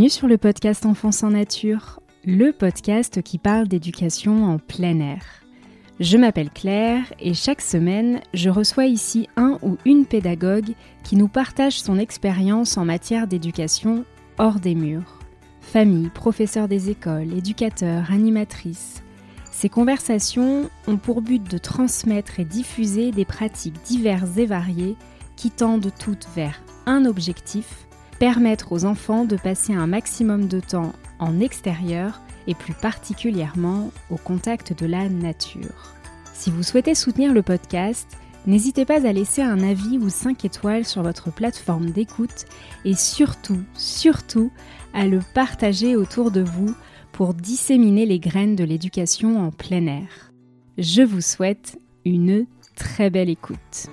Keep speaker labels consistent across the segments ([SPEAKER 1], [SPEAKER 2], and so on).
[SPEAKER 1] Bienvenue sur le podcast Enfance en Nature, le podcast qui parle d'éducation en plein air. Je m'appelle Claire et chaque semaine, je reçois ici un ou une pédagogue qui nous partage son expérience en matière d'éducation hors des murs. Famille, professeurs des écoles, éducateurs, animatrices. Ces conversations ont pour but de transmettre et diffuser des pratiques diverses et variées qui tendent toutes vers un objectif: permettre aux enfants de passer un maximum de temps en extérieur et plus particulièrement au contact de la nature. Si vous souhaitez soutenir le podcast, n'hésitez pas à laisser un avis ou 5 étoiles sur votre plateforme d'écoute et surtout, à le partager autour de vous pour disséminer les graines de l'éducation en plein air. Je vous souhaite une très belle écoute.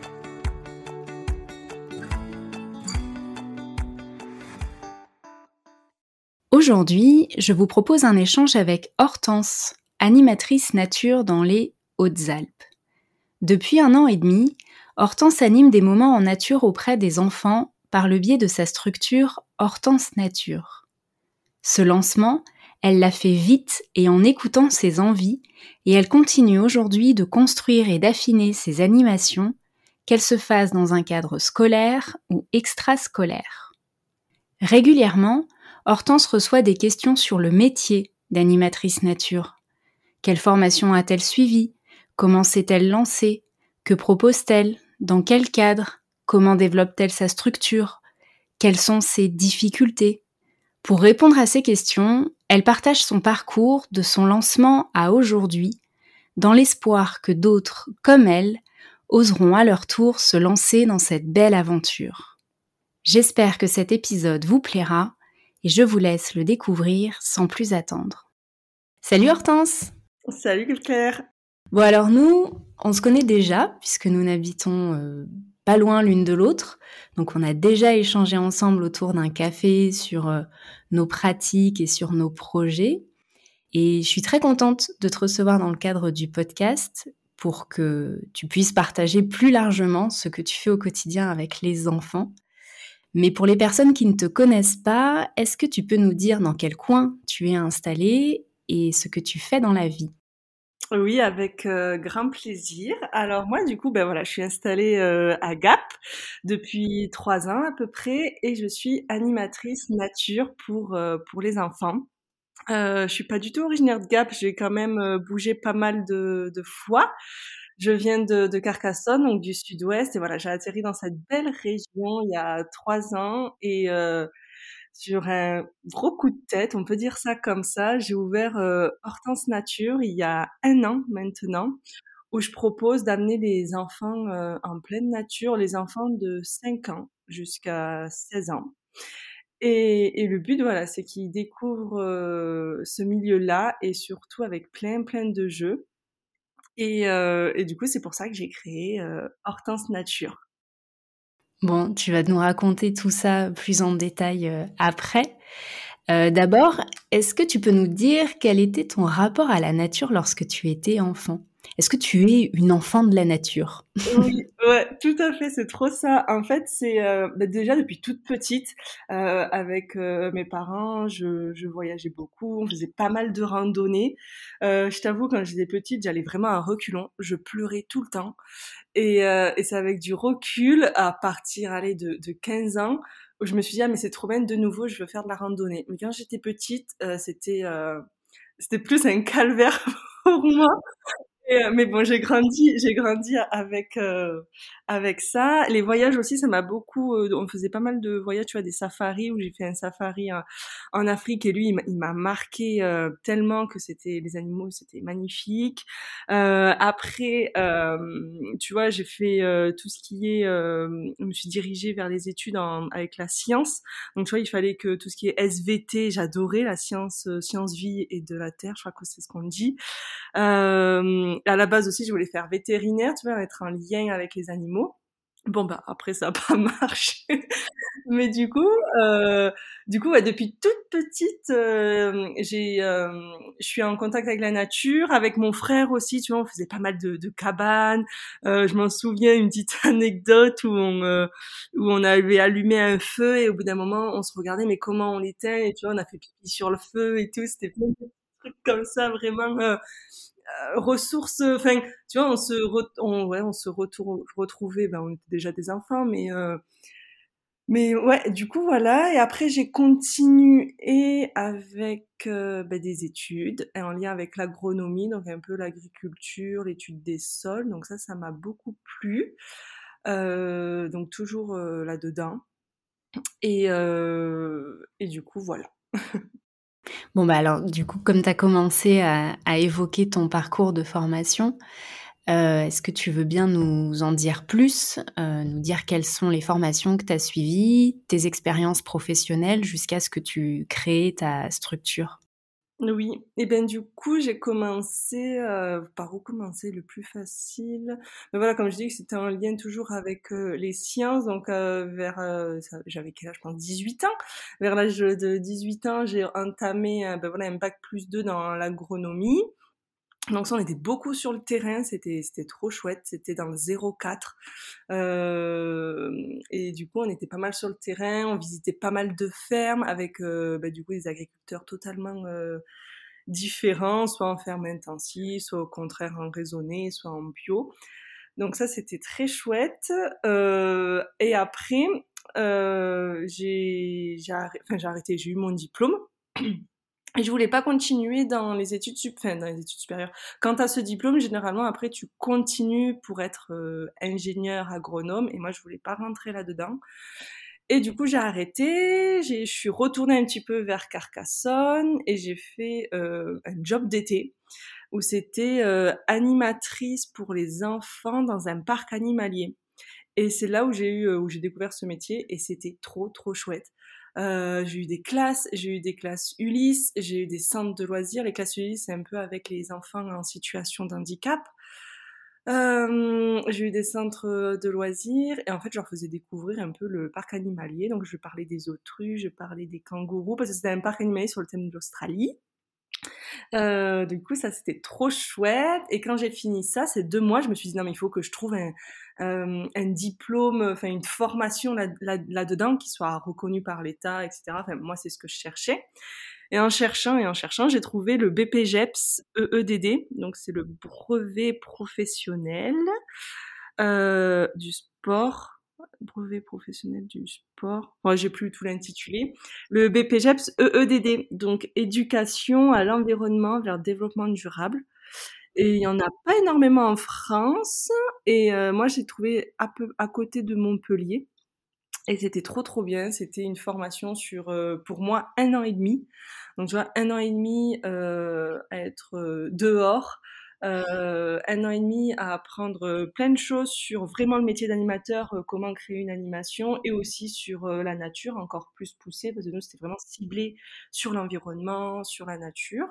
[SPEAKER 1] Aujourd'hui, je vous propose un échange avec Hortense, animatrice nature dans les Hautes-Alpes. Depuis 1 an et demi, Hortense anime des moments en nature auprès des enfants par le biais de sa structure Hortense Nature. Ce lancement, elle l'a fait vite et en écoutant ses envies, et elle continue aujourd'hui de construire et d'affiner ses animations, qu'elles se fassent dans un cadre scolaire ou extrascolaire. Régulièrement, Hortense reçoit des questions sur le métier d'animatrice nature. Quelle formation a-t-elle suivie? Comment s'est-elle lancée? Que propose-t-elle? Dans quel cadre? Comment développe-t-elle sa structure? Quelles sont ses difficultés? Pour répondre à ces questions, elle partage son parcours de son lancement à aujourd'hui, dans l'espoir que d'autres, comme elle, oseront à leur tour se lancer dans cette belle aventure. J'espère que cet épisode vous plaira et je vous laisse le découvrir sans plus attendre. Salut Hortense!
[SPEAKER 2] Salut Claire!
[SPEAKER 1] Bon alors nous, on se connaît déjà puisque nous n'habitons pas loin l'une de l'autre. Donc on a déjà échangé ensemble autour d'un café sur nos pratiques et sur nos projets. Et je suis très contente de te recevoir dans le cadre du podcast pour que tu puisses partager plus largement ce que tu fais au quotidien avec les enfants. Mais pour les personnes qui ne te connaissent pas, est-ce que tu peux nous dire dans quel coin tu es installée et ce que tu fais dans la vie?
[SPEAKER 2] Oui, avec grand plaisir. Alors moi, du coup, je suis installée à Gap depuis 3 ans à peu près et je suis animatrice nature pour les enfants. Je suis pas du tout originaire de Gap, j'ai quand même bougé pas mal de fois. Je viens de Carcassonne, donc du sud-ouest, et voilà, j'ai atterri dans cette belle région il y a 3 ans et sur un gros coup de tête, on peut dire ça comme ça, j'ai ouvert Hortense Nature il y a 1 an maintenant, où je propose d'amener les enfants en pleine nature, les enfants de 5 ans jusqu'à 16 ans. Et le but, voilà, c'est qu'ils découvrent ce milieu-là et surtout avec plein de jeux. Et du coup, c'est pour ça que j'ai créé Hortense Nature.
[SPEAKER 1] Bon, tu vas nous raconter tout ça plus en détail après. D'abord, est-ce que tu peux nous dire quel était ton rapport à la nature lorsque tu étais enfant? Est-ce que tu es une enfant de la nature?
[SPEAKER 2] Oui, ouais, tout à fait, c'est trop ça. En fait, c'est déjà depuis toute petite, avec mes parents, je voyageais beaucoup, on faisait pas mal de randonnées. Je t'avoue, quand j'étais petite, j'allais vraiment à reculons, je pleurais tout le temps. Et c'est avec du recul, à partir, allez, de 15 ans, où je me suis dit: «Ah mais c'est trop bien, de nouveau, je veux faire de la randonnée». Mais quand j'étais petite, c'était plus un calvaire pour moi. Mais bon, j'ai grandi avec ça. Les voyages aussi, ça m'a beaucoup. On faisait pas mal de voyages, tu vois, des safaris où j'ai fait un safari en Afrique et lui, il m'a marqué tellement que c'était les animaux, c'était magnifique. Après, tu vois, j'ai fait tout ce qui est. Je me suis dirigée vers les études avec la science. Donc, tu vois, il fallait que tout ce qui est SVT, j'adorais la science, science vie et de la terre. Je crois que c'est ce qu'on dit. À la base aussi, je voulais faire vétérinaire, tu vois, être en lien avec les animaux. Bon, bah, après ça a pas marché. Mais du coup, ouais, depuis toute petite, je suis en contact avec la nature, avec mon frère aussi, tu vois, on faisait pas mal de cabanes. Je m'en souviens une petite anecdote où on avait allumé un feu et au bout d'un moment, on se regardait, mais comment on l'éteint? Et tu vois, on a fait pipi sur le feu et tout. C'était plein de trucs comme ça, vraiment ressources. Enfin, tu vois, on se retrouvait. Ben, on était déjà des enfants, mais ouais, du coup, voilà. Et après, j'ai continué avec des études en lien avec l'agronomie, donc un peu l'agriculture, l'étude des sols. Donc ça m'a beaucoup plu. Donc toujours là-dedans. Et du coup, voilà.
[SPEAKER 1] Bon, bah, alors, du coup, comme tu as commencé à évoquer ton parcours de formation, est-ce que tu veux bien nous en dire plus? Nous dire quelles sont les formations que tu as suivies, tes expériences professionnelles jusqu'à ce que tu crées ta structure?
[SPEAKER 2] Oui, et ben du coup, j'ai commencé, par où commencer? Le plus facile? Mais voilà, comme je dis que c'était en lien toujours avec, les sciences, donc vers, j'avais quel âge? Je pense 18 ans. Vers l'âge de 18 ans, j'ai entamé, voilà, un bac+2 dans l'agronomie. Donc ça, on était beaucoup sur le terrain, c'était trop chouette, c'était dans le 04. Et du coup, on était pas mal sur le terrain, on visitait pas mal de fermes avec du coup des agriculteurs totalement différents, soit en ferme intensive, soit au contraire en raisonné, soit en bio. Donc ça, c'était très chouette. Et après, j'ai arrêté, j'ai eu mon diplôme. Et je voulais pas continuer dans les dans les études supérieures. Quant à ce diplôme, généralement, après, tu continues pour être ingénieur agronome. Et moi, je voulais pas rentrer là-dedans. Et du coup, j'ai arrêté. Je suis retournée un petit peu vers Carcassonne et j'ai fait un job d'été où c'était animatrice pour les enfants dans un parc animalier. Et c'est là où j'ai découvert ce métier et c'était trop trop chouette. J'ai eu des classes Ulysse, j'ai eu des centres de loisirs. Les classes Ulysse, c'est un peu avec les enfants en situation de handicap. J'ai eu des centres de loisirs et en fait, je leur faisais découvrir un peu le parc animalier. Donc, je parlais des autruches, je parlais des kangourous parce que c'était un parc animalier sur le thème de l'Australie. Du coup, ça, c'était trop chouette. Et quand j'ai fini ça, ces 2 mois, je me suis dit, non, mais il faut que je trouve un diplôme, enfin, une formation là-dedans qui soit reconnue par l'État, etc. Enfin, moi, c'est ce que je cherchais. Et en cherchant, j'ai trouvé le BPGEPS EEDD. Donc, c'est le brevet professionnel du sport. Brevet professionnel du sport. Moi, j'ai plus tout l'intitulé. Le BPGEPS EEDD, donc éducation à l'environnement vers le développement durable. Et il y en a pas énormément en France. Et moi, j'ai trouvé à côté de Montpellier. Et c'était trop trop bien. C'était une formation sur, pour moi, 1 an et demi. Donc, tu vois, 1 an et demi à être dehors, 1 an et demi à apprendre plein de choses sur vraiment le métier d'animateur, comment créer une animation, et aussi sur la nature, encore plus poussée, parce que nous, c'était vraiment ciblé sur l'environnement, sur la nature.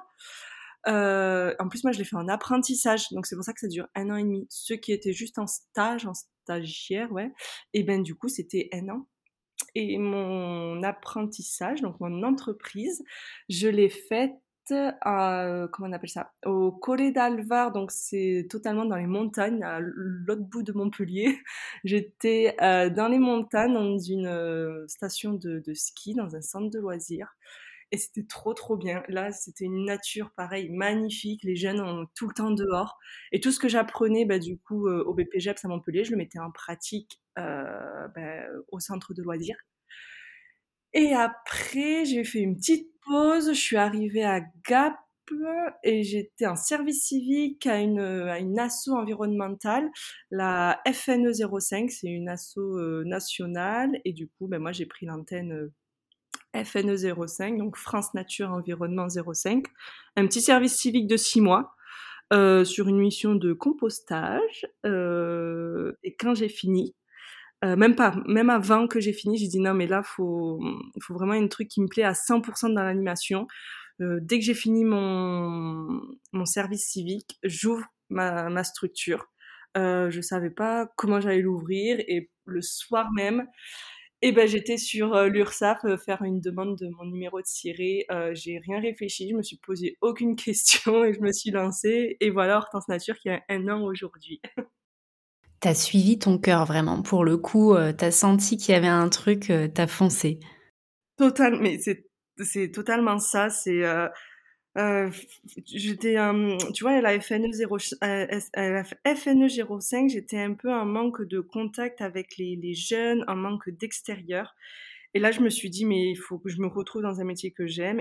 [SPEAKER 2] En plus, moi, je l'ai fait en apprentissage, donc c'est pour ça que ça dure 1 an et demi. Ceux qui étaient juste en stage, en stagiaire, ouais, et ben du coup, c'était 1 an. Et mon apprentissage, donc mon entreprise, je l'ai faite à, comment on appelle ça, au Collet d'Alvar, donc c'est totalement dans les montagnes, à l'autre bout de Montpellier. J'étais dans les montagnes, dans une station de ski, dans un centre de loisirs. Et c'était trop trop bien. Là, c'était une nature pareil, magnifique. Les jeunes ont tout le temps dehors. Et tout ce que j'apprenais, du coup, au BPGEPS à Montpellier, je le mettais en pratique au centre de loisirs. Et après, j'ai fait une petite pause. Je suis arrivée à Gap et j'étais en service civique à une asso environnementale, la FNE 05. C'est une asso nationale. Et du coup, moi, j'ai pris l'antenne FNE 05, donc France Nature Environnement 05, un petit service civique de 6 mois sur une mission de compostage. Et quand j'ai fini, même pas, même avant que j'ai fini, j'ai dit non mais là faut vraiment un truc qui me plaît à 100% dans l'animation. Dès que j'ai fini mon service civique, j'ouvre ma structure. Je savais pas comment j'allais l'ouvrir et le soir même, et ben j'étais sur, l'URSSAF, faire une demande de mon numéro de ciré. J'ai rien réfléchi, je me suis posé aucune question et je me suis lancée et voilà Hortense Nature qui a 1 an aujourd'hui.
[SPEAKER 1] Tu suivi ton cœur vraiment. Pour le coup, tu senti qu'il y avait un truc, tu foncé.
[SPEAKER 2] Mais c'est totalement ça, c'est, f j'étais, tu vois, à la FNE 0 ch à la FNE 05, j'étais un peu en manque de contact avec les jeunes, en manque d'extérieur. Et là, je me suis dit: «Mais il faut que je me retrouve dans un métier que j'aime»,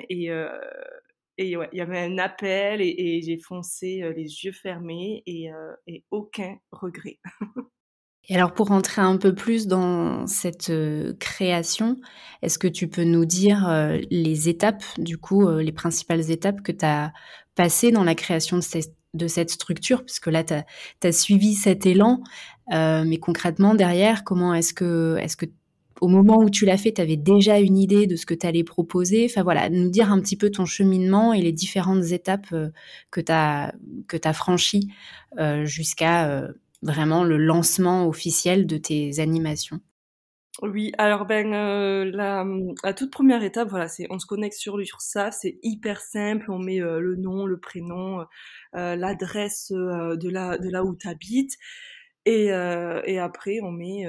[SPEAKER 2] et ouais, il y avait un appel et j'ai foncé, les yeux fermés et aucun regret.
[SPEAKER 1] Et alors pour rentrer un peu plus dans cette, création, est-ce que tu peux nous dire, les étapes, du coup, les principales étapes que tu as passées dans la création de cette structure? Puisque là, tu as suivi cet élan, mais concrètement derrière, comment est-ce que au moment où tu l'as fait, tu avais déjà une idée de ce que tu allais proposer? Enfin voilà, nous dire un petit peu ton cheminement et les différentes étapes, que tu as franchies, jusqu'à, vraiment le lancement officiel de tes animations.
[SPEAKER 2] Oui, alors, la toute première étape, voilà, c'est on se connecte sur l'URSSAF, c'est hyper simple, on met, le nom, le prénom, l'adresse, de là où tu habites, et après on met,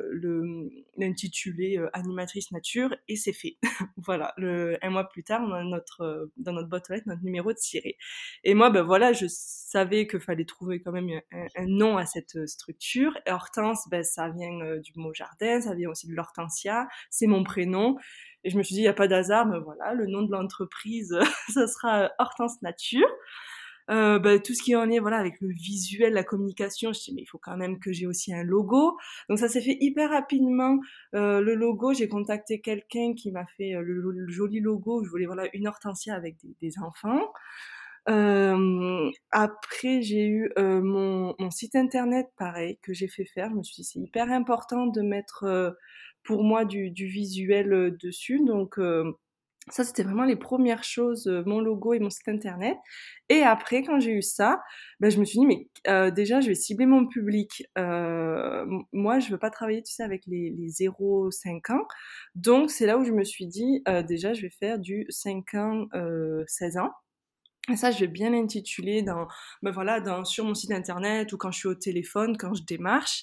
[SPEAKER 2] l'intitulé, animatrice nature et c'est fait. Voilà, 1 mois plus tard, on a dans notre boîte aux lettres, notre numéro de ciré. Et moi, voilà, je savais qu'il fallait trouver quand même un nom à cette, structure. Et Hortense, ça vient, du mot jardin, ça vient aussi de l'hortensia, c'est mon prénom et je me suis dit: «Il y a pas d'hasard», mais voilà, le nom de l'entreprise, ça sera, Hortense Nature. Tout ce qui est en lien, voilà, avec le visuel, la communication, je dis: «Mais il faut quand même que j'ai aussi un logo». Donc ça s'est fait hyper rapidement. Le logo, j'ai contacté quelqu'un qui m'a fait, le joli logo. Je voulais, voilà, une hortensia avec des enfants. Après j'ai eu, mon site internet pareil que j'ai fait faire. Je me suis dit: «C'est hyper important de mettre, pour moi du visuel, dessus». Donc ça, c'était vraiment les premières choses, mon logo et mon site internet. Et après, quand j'ai eu ça, je me suis dit: «Mais déjà, je vais cibler mon public». Moi, je veux pas travailler, tu sais, avec les 0-5 ans. Donc c'est là où je me suis dit: Déjà, je vais faire du 5 ans, 16 ans». Et ça, je vais bien l'intituler voilà, sur mon site internet ou quand je suis au téléphone, quand je démarche.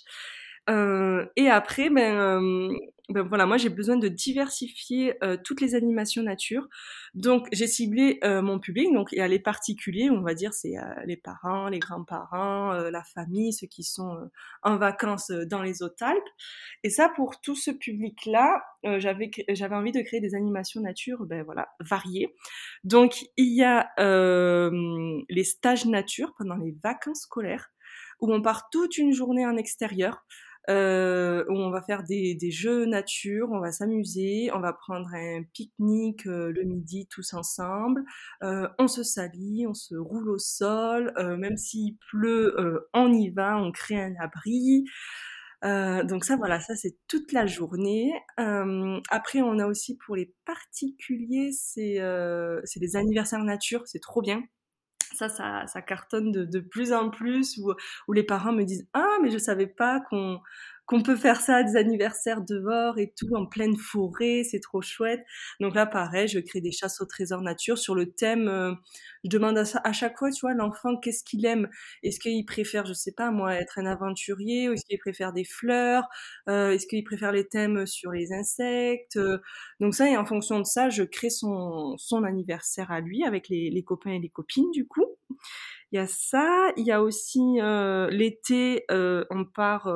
[SPEAKER 2] Et après, voilà, moi j'ai besoin de diversifier, toutes les animations nature. Donc j'ai ciblé, mon public, donc il y a les particuliers, on va dire, c'est, les parents, les grands-parents, la famille, ceux qui sont, en vacances, dans les Hautes-Alpes. Et ça, pour tout ce public-là, j'avais envie de créer des animations nature, voilà, variées. Donc il y a, les stages nature pendant les vacances scolaires, où on part toute une journée en extérieur, où on va faire des jeux nature, on va s'amuser, on va prendre un pique-nique, le midi tous ensemble, on se salit, on se roule au sol, même s'il pleut, on y va, on crée un abri. Donc ça, voilà, ça c'est toute la journée. Après on a aussi pour les particuliers, c'est des anniversaires nature, c'est trop bien. Ça cartonne de plus en plus, où les parents me disent: «Ah, mais je savais pas qu'on peut faire ça, des anniversaires dehors et tout, en pleine forêt, c'est trop chouette». Donc là, pareil, je crée des chasses au trésor nature sur le thème, je demande à chaque fois, tu vois, l'enfant, qu'est-ce qu'il aime? Est-ce qu'il préfère, je sais pas moi, être un aventurier, ou est-ce qu'il préfère des fleurs? Est-ce qu'il préfère les thèmes sur les insectes? Donc ça, et en fonction de ça, je crée son anniversaire à lui avec les copains et les copines du coup. Il y a ça, il y a aussi, l'été, on part,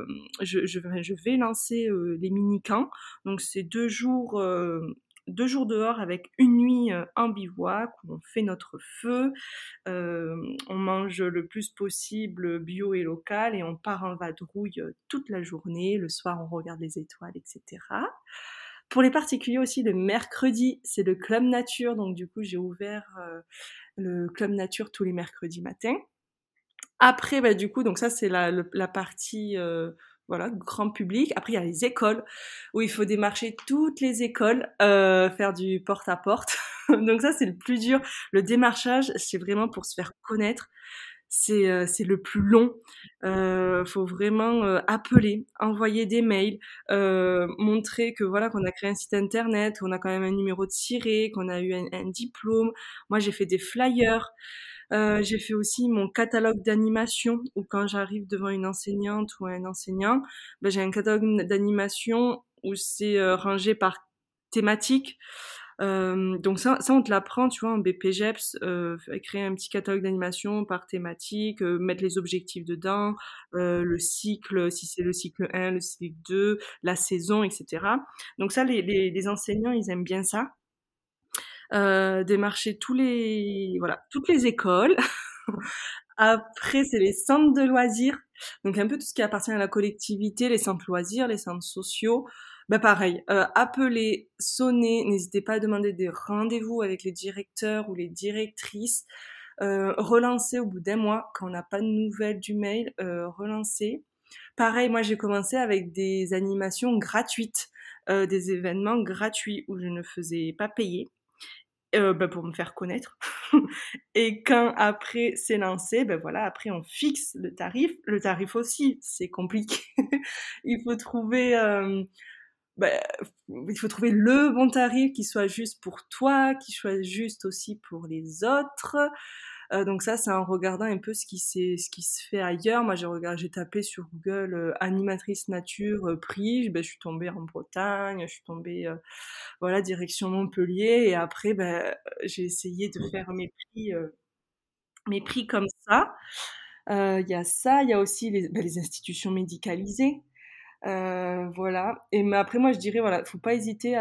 [SPEAKER 2] je vais lancer, les mini-camps. Donc c'est 2 jours dehors avec une nuit, en bivouac où on fait notre feu, on mange le plus possible bio et local et on part en vadrouille, toute la journée. Le soir, on regarde les étoiles et cetera. Pour les particuliers aussi, le mercredi, c'est le club nature, donc du coup, j'ai ouvert, le club nature tous les mercredis matins. Après, du coup, donc ça, c'est la partie, voilà, grand public. Après, il y a les écoles, où il faut démarcher toutes les écoles, faire du porte-à-porte. Donc ça, c'est le plus dur. Le démarchage, c'est vraiment pour se faire connaître. c'est le plus long. Faut vraiment, appeler, envoyer des mails, montrer que voilà, qu'on a créé un site internet, qu'on a quand même un numéro de ciré, qu'on a eu un diplôme. Moi, j'ai fait des flyers. J'ai fait aussi mon catalogue d'animation où quand j'arrive devant une enseignante ou un enseignant, bah, j'ai un catalogue d'animation où c'est rangé par thématique. Donc ça, on te l'apprend, tu vois, en BPGEPS, créer un petit catalogue d'animation par thématique, mettre les objectifs dedans, le cycle, si c'est le cycle 1, le cycle 2, la saison, etc. Donc ça, les enseignants, ils aiment bien ça. Démarcher voilà, toutes les écoles. Après, c'est les centres de loisirs. Donc un peu tout ce qui appartient à la collectivité, les centres loisirs, les centres sociaux. Bah pareil, appeler, sonner, n'hésitez pas à demander des rendez-vous avec les directeurs ou les directrices. Relancer au bout d'un mois quand on n'a pas de nouvelles du mail, relancer. Pareil, moi j'ai commencé avec des animations gratuites, des événements gratuits où je ne faisais pas payer. Bah, pour me faire connaître. Et quand après c'est lancé, ben voilà, après on fixe le tarif. Le tarif aussi, c'est compliqué. Il faut trouver, bah, il faut trouver le bon tarif qui soit juste pour toi, qui soit juste aussi pour les autres. Donc ça, c'est en regardant un peu ce qui se fait ailleurs. Moi, j'ai tapé sur Google animatrice nature prix. Ben, je suis tombée en Bretagne, je suis tombée voilà direction Montpellier et après ben j'ai essayé de faire mes prix comme ça. Il y a ça, il y a aussi les institutions médicalisées. Voilà. Et mais après, moi, je dirais, voilà, faut pas hésiter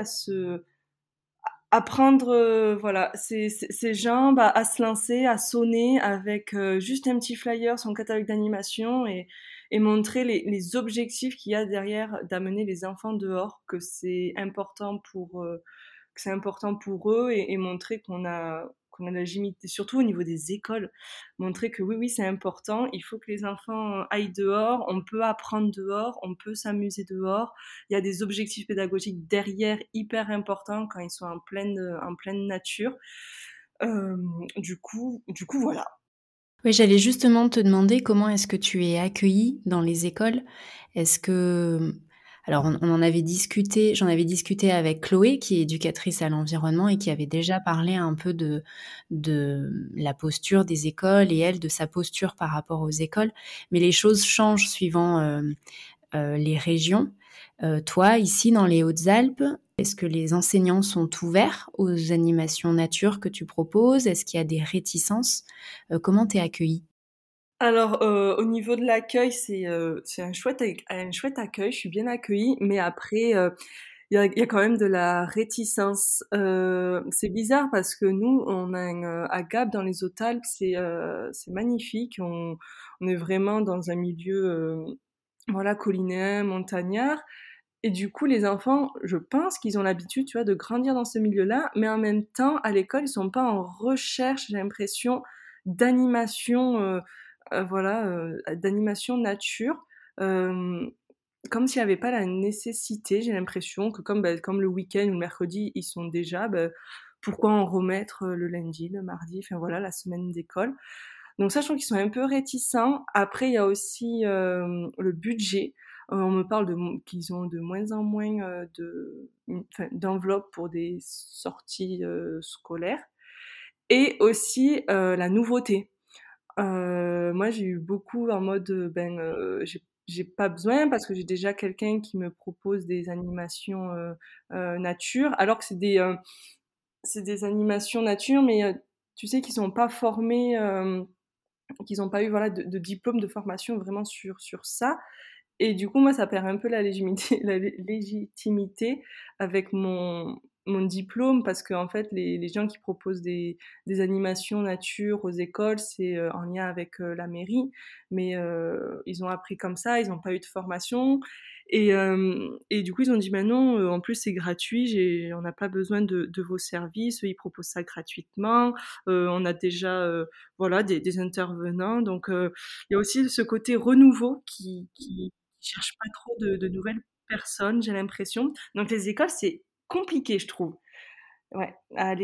[SPEAKER 2] à prendre, voilà, ses jambes, à se lancer, à sonner avec juste un petit flyer, son catalogue d'animation et montrer les objectifs qu'il y a derrière d'amener les enfants dehors, que c'est important pour eux et montrer qu'on a la légitimité, surtout au niveau des écoles, montrer que oui, oui, c'est important, il faut que les enfants aillent dehors, on peut apprendre dehors, on peut s'amuser dehors, il y a des objectifs pédagogiques derrière hyper importants quand ils sont en pleine nature. Euh, voilà.
[SPEAKER 1] Oui, j'allais justement te demander comment est-ce que tu es accueillie dans les écoles? Est-ce que alors on en avait discuté j'en avais discuté avec Chloé qui est éducatrice à l'environnement et qui avait déjà parlé un peu de la posture des écoles et elle, de sa posture par rapport aux écoles. Mais les choses changent suivant, les régions. Toi, ici dans les Hautes-Alpes, est-ce que les enseignants sont ouverts aux animations nature que tu proposes? Est-ce qu'il y a des réticences? Comment tu es accueillie?
[SPEAKER 2] Alors, au niveau de l'accueil, c'est un chouette accueil, je suis bien accueillie, mais après, il y a quand même de la réticence. C'est bizarre parce que nous, on a à Gap, dans les Hautes-Alpes, c'est magnifique. On est vraiment dans un milieu, voilà, collinaire, montagnard. Et du coup, les enfants, je pense qu'ils ont l'habitude, tu vois, de grandir dans ce milieu-là, mais en même temps, à l'école, ils sont pas en recherche, j'ai l'impression, d'animation, voilà, d'animation nature. Euh, Comme s'il n'y avait pas la nécessité, j'ai l'impression que comme le week-end ou le mercredi, ils sont déjà, pourquoi en remettre le lundi, le mardi, enfin voilà, la semaine d'école. Donc ça, je trouve qu'ils sont un peu réticents. Après, il y a aussi le budget. On me parle qu'ils ont de moins en moins d'enveloppes pour des sorties scolaires. Et aussi la nouveauté. Moi, j'ai eu beaucoup en mode, j'ai pas besoin parce que j'ai déjà quelqu'un qui me propose des animations nature, alors que c'est des animations nature, mais tu sais, qui sont pas formés, qu'ils ont pas eu voilà de diplôme de formation vraiment sur ça. Et du coup, moi, ça perd un peu la légitimité, la légitimité avec mon diplôme parce qu'en fait, les gens qui proposent des animations nature aux écoles, c'est en lien avec la mairie, mais ils ont appris comme ça, ils n'ont pas eu de formation. Et du coup, ils ont dit, bah non, en plus, c'est gratuit, on n'a pas besoin de vos services, ils proposent ça gratuitement, on a déjà voilà, des intervenants. Donc, il y a aussi ce côté renouveau qui cherchent pas trop de nouvelles personnes, j'ai l'impression. Donc les écoles, c'est compliqué, je trouve. Ouais,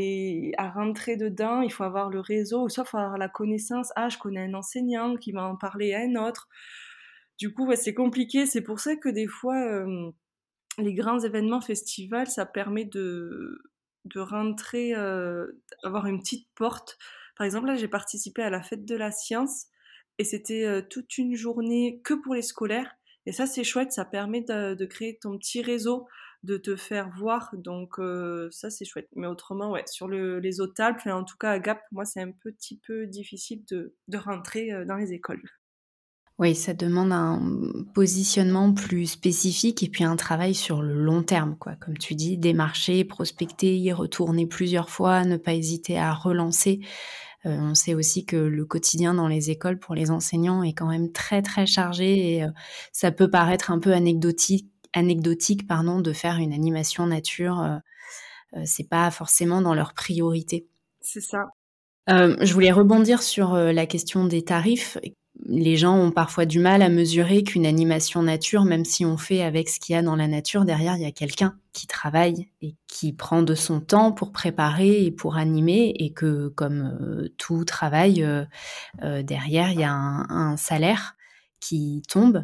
[SPEAKER 2] à rentrer dedans, il faut avoir le réseau ou soit il faut avoir la connaissance. Ah, je connais un enseignant qui va en parler à un autre. Du coup, ouais, c'est compliqué. C'est pour ça que des fois, les grands événements festivals, ça permet de rentrer, avoir une petite porte. Par exemple, là, j'ai participé à la fête de la science et c'était toute une journée que pour les scolaires. Et ça, c'est chouette, ça permet de créer ton petit réseau, de te faire voir. Donc, ça, c'est chouette. Mais autrement, ouais, sur les autres tables, enfin, en tout cas à Gap, pour moi, c'est un petit peu difficile de rentrer dans les écoles.
[SPEAKER 1] Oui, ça demande un positionnement plus spécifique et puis un travail sur le long terme, quoi. Comme tu dis, démarcher, prospecter, y retourner plusieurs fois, ne pas hésiter à relancer. On sait aussi que le quotidien dans les écoles pour les enseignants est quand même très, très chargé et ça peut paraître un peu anecdotique, pardon, de faire une animation nature, c'est pas forcément dans leurs priorités.
[SPEAKER 2] C'est ça.
[SPEAKER 1] Je voulais rebondir sur, la question des tarifs. Les gens ont parfois du mal à mesurer qu'une animation nature, même si on fait avec ce qu'il y a dans la nature, derrière, il y a quelqu'un qui travaille et qui prend de son temps pour préparer et pour animer et que comme, tout travail, derrière, il y a un salaire qui tombe.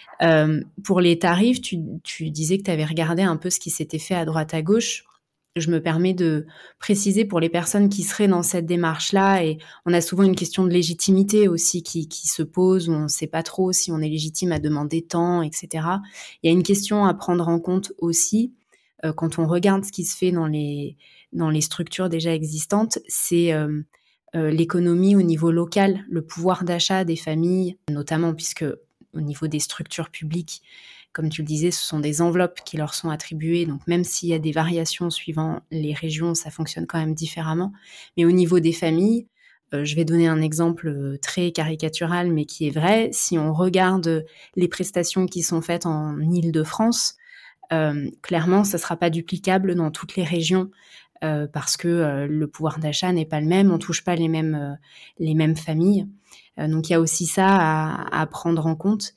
[SPEAKER 1] Pour les tarifs, tu disais que tu avais regardé un peu ce qui s'était fait à droite à gauche. Je me permets de préciser pour les personnes qui seraient dans cette démarche-là et on a souvent une question de légitimité aussi qui se pose, où on ne sait pas trop si on est légitime à demander tant et cetera. Il y a une question à prendre en compte aussi, quand on regarde ce qui se fait dans les structures déjà existantes, c'est, l'économie au niveau local, le pouvoir d'achat des familles, notamment puisque au niveau des structures publiques, comme tu le disais, ce sont des enveloppes qui leur sont attribuées. Donc, même s'il y a des variations suivant les régions, ça fonctionne quand même différemment. Mais au niveau des familles, je vais donner un exemple très caricatural, mais qui est vrai. Si on regarde les prestations qui sont faites en Île-de-France, clairement, ça ne sera pas duplicable dans toutes les régions parce que le pouvoir d'achat n'est pas le même, on touche pas les mêmes familles. Donc il y a aussi ça à prendre en compte.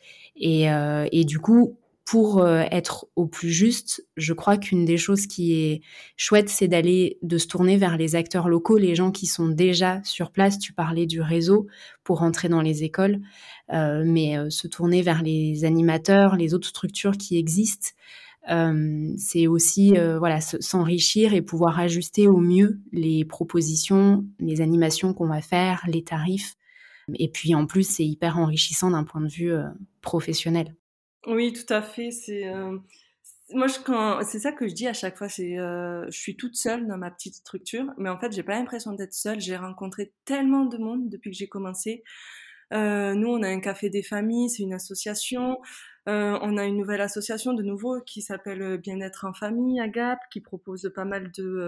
[SPEAKER 1] Et du coup, pour être au plus juste, je crois qu'une des choses qui est chouette, c'est de se tourner vers les acteurs locaux, les gens qui sont déjà sur place. Tu parlais du réseau pour rentrer dans les écoles, mais se tourner vers les animateurs, les autres structures qui existent. C'est aussi voilà, s'enrichir et pouvoir ajuster au mieux les propositions, les animations qu'on va faire, les tarifs. Et puis en plus, c'est hyper enrichissant d'un point de vue professionnel.
[SPEAKER 2] Oui, tout à fait. Moi, c'est ça que je dis à chaque fois. Je suis toute seule dans ma petite structure, mais en fait, j'ai pas l'impression d'être seule. J'ai rencontré tellement de monde depuis que j'ai commencé. Nous, on a un café des familles, c'est une association. On a une nouvelle association de nouveau qui s'appelle Bien-être en famille à Gap, qui propose pas mal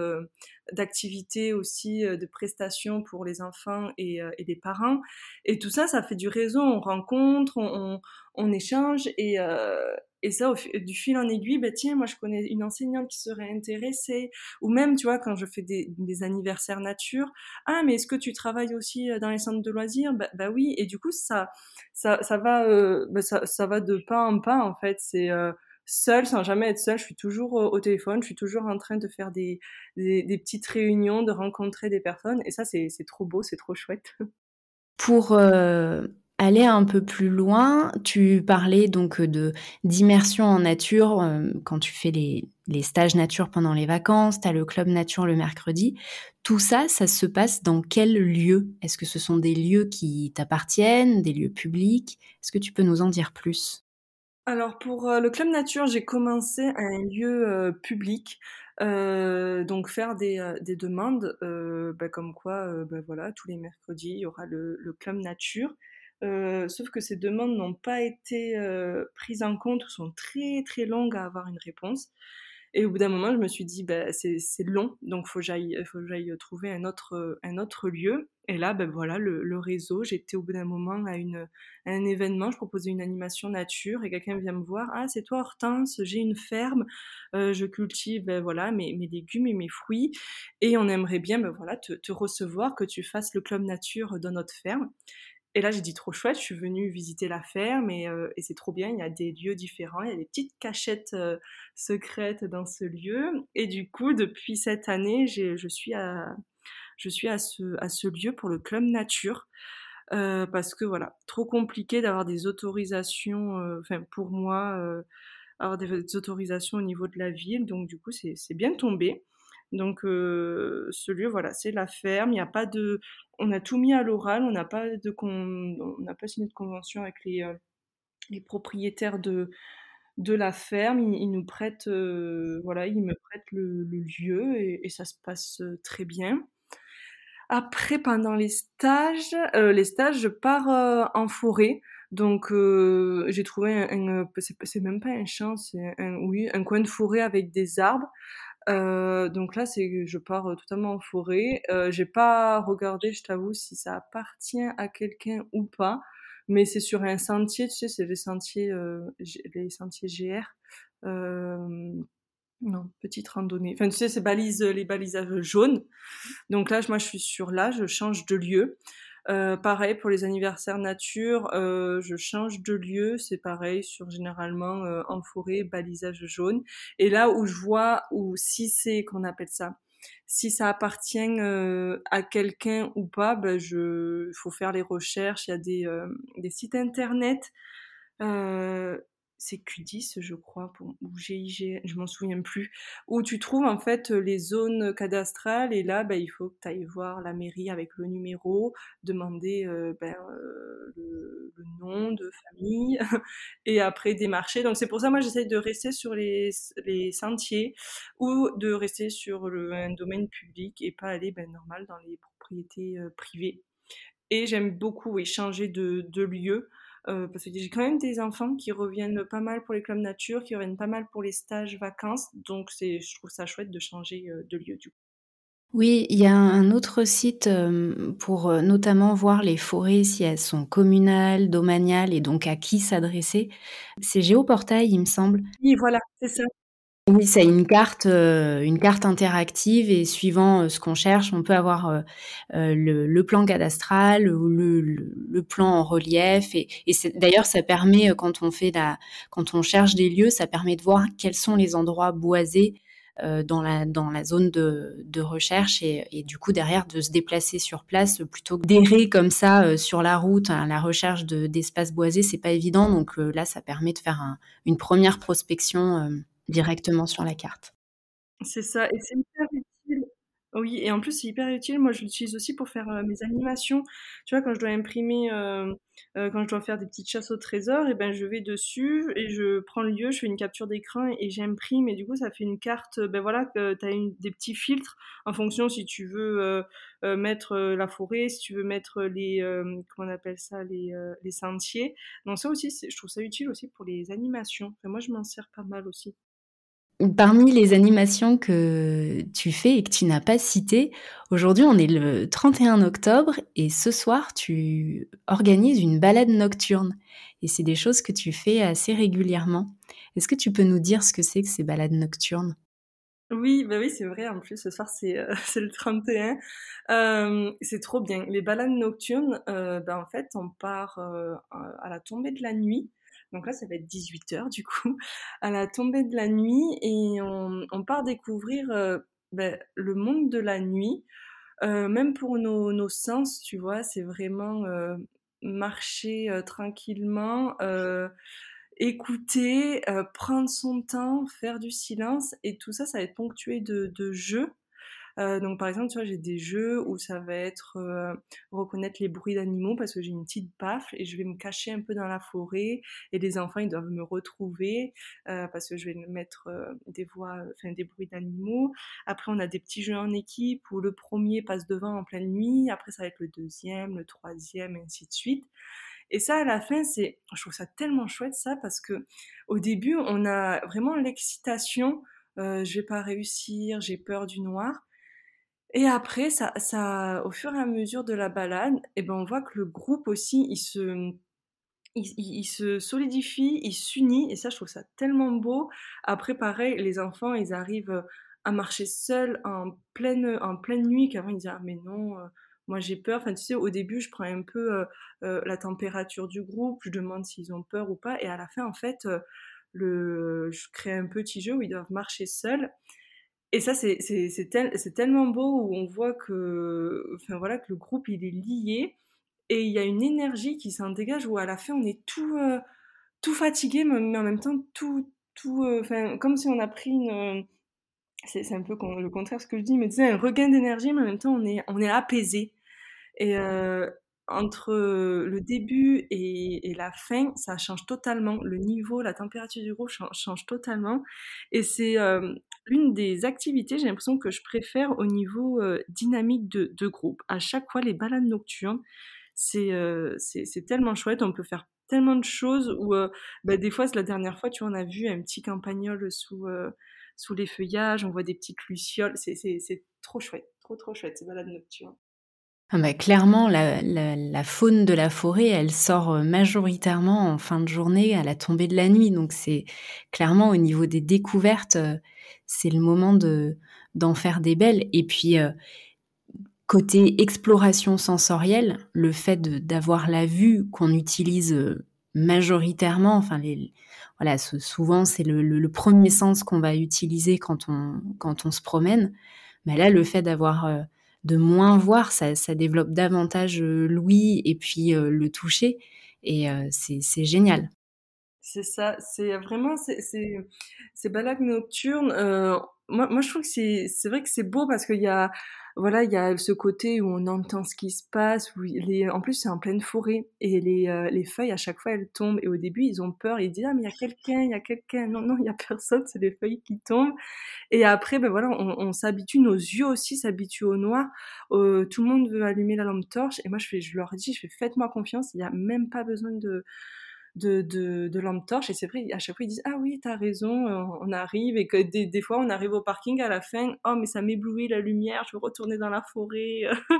[SPEAKER 2] d'activités aussi, de prestations pour les enfants et les parents. Et tout ça, ça fait du réseau. On rencontre, on échange et ça, du fil en aiguille, ben tiens, moi je connais une enseignante qui serait intéressée. Ou même, tu vois, quand je fais des anniversaires nature, ah, mais est-ce que tu travailles aussi dans les centres de loisirs? Bah oui. Et du coup, ça va, ça va de pas en pas, en fait. C'est seul, sans jamais être seul. Je suis toujours au téléphone. Je suis toujours en train de faire des petites réunions, de rencontrer des personnes. Et ça, c'est trop beau, c'est trop chouette.
[SPEAKER 1] Pour aller un peu plus loin, tu parlais donc d'immersion en nature quand tu fais les stages nature pendant les vacances, tu as le club nature le mercredi. Tout ça, ça se passe dans quel lieu? Est-ce que ce sont des lieux qui t'appartiennent, des lieux publics? Est-ce que tu peux nous en dire plus?
[SPEAKER 2] Alors pour le club nature, j'ai commencé à un lieu public, donc faire des demandes, comme quoi, voilà, tous les mercredis, il y aura le club nature. Sauf que ces demandes n'ont pas été prises en compte ou sont très très longues à avoir une réponse. Et au bout d'un moment, je me suis dit, bah, c'est long, donc faut que j'aille trouver un autre lieu. Et là, ben voilà, le réseau. J'étais au bout d'un moment à un événement, je proposais une animation nature et quelqu'un vient me voir. Ah, c'est toi Hortense, j'ai une ferme, je cultive, ben voilà, mes légumes et mes fruits, et on aimerait bien, ben voilà, te recevoir, que tu fasses le club nature dans notre ferme. Et là, j'ai dit: «Trop chouette», je suis venue visiter la ferme et c'est trop bien, il y a des lieux différents, il y a des petites cachettes, secrètes dans ce lieu et du coup, depuis cette année, je suis à ce lieu pour le club nature, parce que voilà, trop compliqué d'avoir des autorisations, enfin pour moi, avoir des autorisations au niveau de la ville, donc du coup, c'est bien tombé. Donc ce lieu, voilà, c'est la ferme, il y a pas de on a tout mis à l'oral, on n'a pas signé de convention avec les propriétaires de la ferme. Ils nous prêtent, voilà, ils me prêtent le lieu et ça se passe, très bien. Après, pendant les stages, je pars, en forêt. Donc j'ai trouvé c'est même pas un champ, c'est un oui, un coin de forêt avec des arbres. Donc là, je pars, totalement en forêt. J'ai pas regardé, je t'avoue, si ça appartient à quelqu'un ou pas, mais c'est sur un sentier, tu sais, c'est les sentiers GR. Hem, non, petite randonnée. Enfin, tu sais, les balisages jaunes. Donc là, moi, je suis je change de lieu. Pareil pour les anniversaires nature, je change de lieu, c'est pareil généralement, en forêt, balisage jaune et là où je vois ou si c'est qu'on appelle ça, si ça appartient, à quelqu'un ou pas, faut faire les recherches. Il y a des sites internet. Heu, c'est Q10 je crois ou GIGN, je m'en souviens plus, où tu trouves en fait, les zones cadastrales et là, il faut que tu ailles voir la mairie avec le numéro, demander, le nom de famille et après démarcher. Donc c'est pour ça, moi, j'essaye de rester sur les sentiers ou de rester sur un domaine public et pas aller, normal dans les propriétés, privées. Et j'aime beaucoup, oui, changer de lieu, parce que j'ai quand même des enfants qui reviennent pas mal pour les clubs nature, qui reviennent pas mal pour les stages vacances, donc je trouve ça chouette de changer, de lieu, du coup.
[SPEAKER 1] Oui, il y a un autre site, pour, notamment voir les forêts, si elles sont communales, domaniales et donc à qui s'adresser. C'est Géoportail, il me semble.
[SPEAKER 2] Oui, voilà, c'est ça.
[SPEAKER 1] Oui, c'est une carte interactive et suivant, ce qu'on cherche, on peut avoir, le plan cadastral ou le plan en relief et c'est d'ailleurs ça permet, quand on cherche des lieux, ça permet de voir quels sont les endroits boisés, dans la zone de recherche et du coup derrière de se déplacer sur place, plutôt que d'errer comme ça, sur la route à la recherche d'espaces boisés, c'est pas évident donc là ça permet de faire une première prospection, directement sur la carte.
[SPEAKER 2] C'est ça et c'est hyper utile. Oui et en plus, c'est hyper utile. Moi, je l'utilise aussi pour faire, mes animations. Tu vois, quand je dois imprimer, quand je dois faire des petites chasses au trésor et ben, je vais dessus et je prends le lieu, je fais une capture d'écran et j'imprime et du coup, ça fait une carte, voilà, que tu as des petits filtres en fonction si tu veux, mettre, la forêt, si tu veux mettre comment on appelle ça? Les sentiers. Donc ça aussi, je trouve ça utile aussi pour les animations. Enfin, moi, je m'en sers pas mal aussi.
[SPEAKER 1] Parmi les animations que tu fais et que tu n'as pas citées, aujourd'hui on est le 31 octobre et ce soir tu organises une balade nocturne et c'est des choses que tu fais assez régulièrement. Est-ce que tu peux nous dire ce que c'est que ces balades nocturnes?
[SPEAKER 2] Oui, bah, oui, c'est vrai, en plus, ce soir, c'est le 31. C'est trop bien. Les balades nocturnes, en fait, on part, à la tombée de la nuit. Donc là, ça va être 18 heures du coup, à la tombée de la nuit et on part découvrir, le monde de la nuit, même pour nos sens, tu vois? C'est vraiment, marcher, tranquillement, écouter, prendre son temps, faire du silence et tout ça, ça va être ponctué de jeux. Donc par exemple, tu vois, j'ai des jeux où ça va être, reconnaître les bruits d'animaux parce que j'ai une petite baffe et je vais me cacher un peu dans la forêt et les enfants, ils doivent me retrouver, parce que je vais mettre, des voix, enfin des bruits d'animaux. Après, on a des petits jeux en équipe où le premier passe devant en pleine nuit, après ça va être le deuxième, le troisième, et ainsi de suite. Et ça, à la fin, je trouve ça tellement chouette ça parce que au début, on a vraiment l'excitation, je vais pas réussir, j'ai peur du noir. Et après, au fur et à mesure de la balade, et ben, on voit que le groupe aussi, il se solidifie, il s'unit, et ça, je trouve ça tellement beau. Après, pareil, les enfants, ils arrivent à marcher seuls en pleine nuit, qu'avant ils disaient, ah mais non, moi j'ai peur. Enfin, tu sais, au début, je prends un peu, la température du groupe, je demande s'ils ont peur ou pas et à la fin, en fait, je crée un petit jeu où ils doivent marcher seuls et ça, c'est tellement beau où on voit que, enfin voilà, que le groupe il est lié et il y a une énergie qui s'en dégage où à la fin on est tout fatigué, mais en même temps enfin comme si on a pris c'est un peu le contraire de ce que je dis, mais tu sais un regain d'énergie, mais en même temps on est apaisé. Et entre le début et la fin, ça change totalement. Le niveau, la température du groupe change totalement. Et c'est l'une des activités, j'ai l'impression que je préfère au niveau dynamique de groupe. À chaque fois, les balades nocturnes, c'est tellement chouette. On peut faire tellement de choses où, bah, des fois, c'est la dernière fois, tu vois, on a vu un petit campagnol sous les feuillages, on voit des petites lucioles. C'est trop chouette, trop chouette, ces balades nocturnes.
[SPEAKER 1] Ah bah, clairement, la faune de la forêt, elle sort, majoritairement en fin de journée à la tombée de la nuit. Donc c'est clairement au niveau des découvertes, c'est le moment d'en faire des belles et puis, côté exploration sensorielle, le fait d'avoir la vue qu'on utilise, majoritairement, enfin voilà, souvent c'est le 1er sens qu'on va utiliser quand on se promène. Mais là, le fait de moins voir, ça développe davantage, l'ouïe et puis, le toucher et c'est génial.
[SPEAKER 2] C'est ça, c'est vraiment ces balades nocturnes, moi je trouve que c'est vrai que c'est beau parce qu'il y a voilà, il y a ce côté où on entend ce qui se passe, où les en plus c'est en pleine forêt et les feuilles à chaque fois elles tombent et au début ils ont peur, ils disent: «Ah mais il y a quelqu'un, il y a quelqu'un». Non, non, il y a personne, c'est les feuilles qui tombent et après, ben voilà, on s'habitue, nos yeux aussi s'habituent au noir, tout le monde veut allumer la lampe torche et moi je leur dis, je fais: «Faites-moi confiance, il y a même pas besoin de lampe torche et c'est vrai, à chaque fois ils disent: «Ah oui, t'as raison, on arrive» et que des fois on arrive au parking à la fin: «Oh mais ça m'éblouit la lumière, je veux retourner dans la forêt».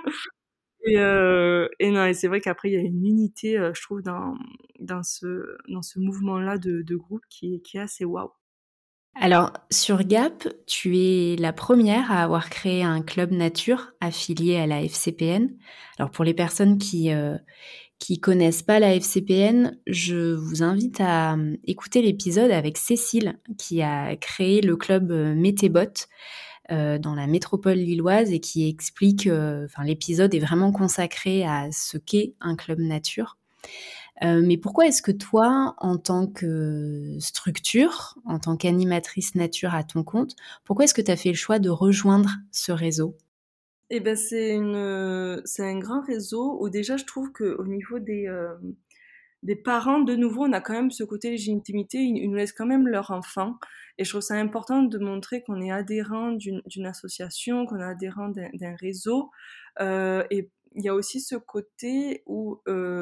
[SPEAKER 2] Et non et c'est vrai qu'après il y a une unité, je trouve dans ce mouvement-là de groupe qui est assez waouh.
[SPEAKER 1] Alors sur Gap, tu es la première à avoir créé un club nature affilié à la FCPN. Alors pour les personnes qui connaissent pas la FCPN, je vous invite à, écouter l'épisode avec Cécile qui a créé le club, Métébot, dans la métropole lilloise et qui explique, enfin l'épisode est vraiment consacré à ce qu'est un club nature. Mais pourquoi est-ce que toi, en tant que structure, en tant qu'animatrice nature à ton compte, pourquoi est-ce que tu as fait le choix de rejoindre ce réseau?
[SPEAKER 2] Et ben c'est un grand réseau où déjà je trouve qu'au niveau des parents, de nouveau, on a quand même ce côté légitimité, ils nous laissent quand même leur enfant. Et je trouve ça important de montrer qu'on est adhérent d'une association, qu'on est adhérent d'un réseau. Et il y a aussi ce côté où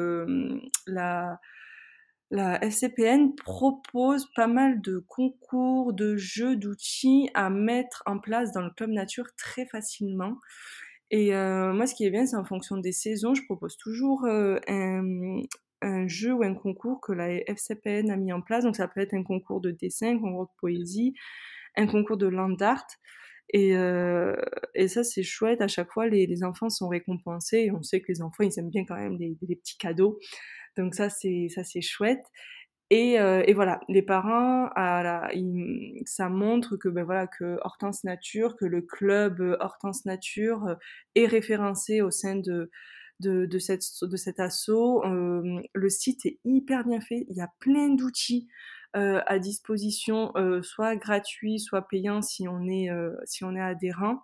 [SPEAKER 2] la FCPN propose pas mal de concours, de jeux, d'outils à mettre en place dans le club nature très facilement. Et moi, ce qui est bien, c'est en fonction des saisons, je propose toujours un jeu ou un concours que la FCPN a mis en place. Donc, ça peut être un concours de dessin, un concours de poésie, un concours de land art. Et, euh, et ça, c'est chouette. À chaque fois, les enfants sont récompensés. Et on sait que les enfants, ils aiment bien quand même les petits cadeaux. Donc ça, c'est chouette. Et voilà, les parents, ça montre que ben voilà que Hortense Nature, que le club Hortense Nature est référencé au sein de cet asso. Le site est hyper bien fait, il y a plein d'outils à disposition, soit gratuits, soit payants si on est adhérent.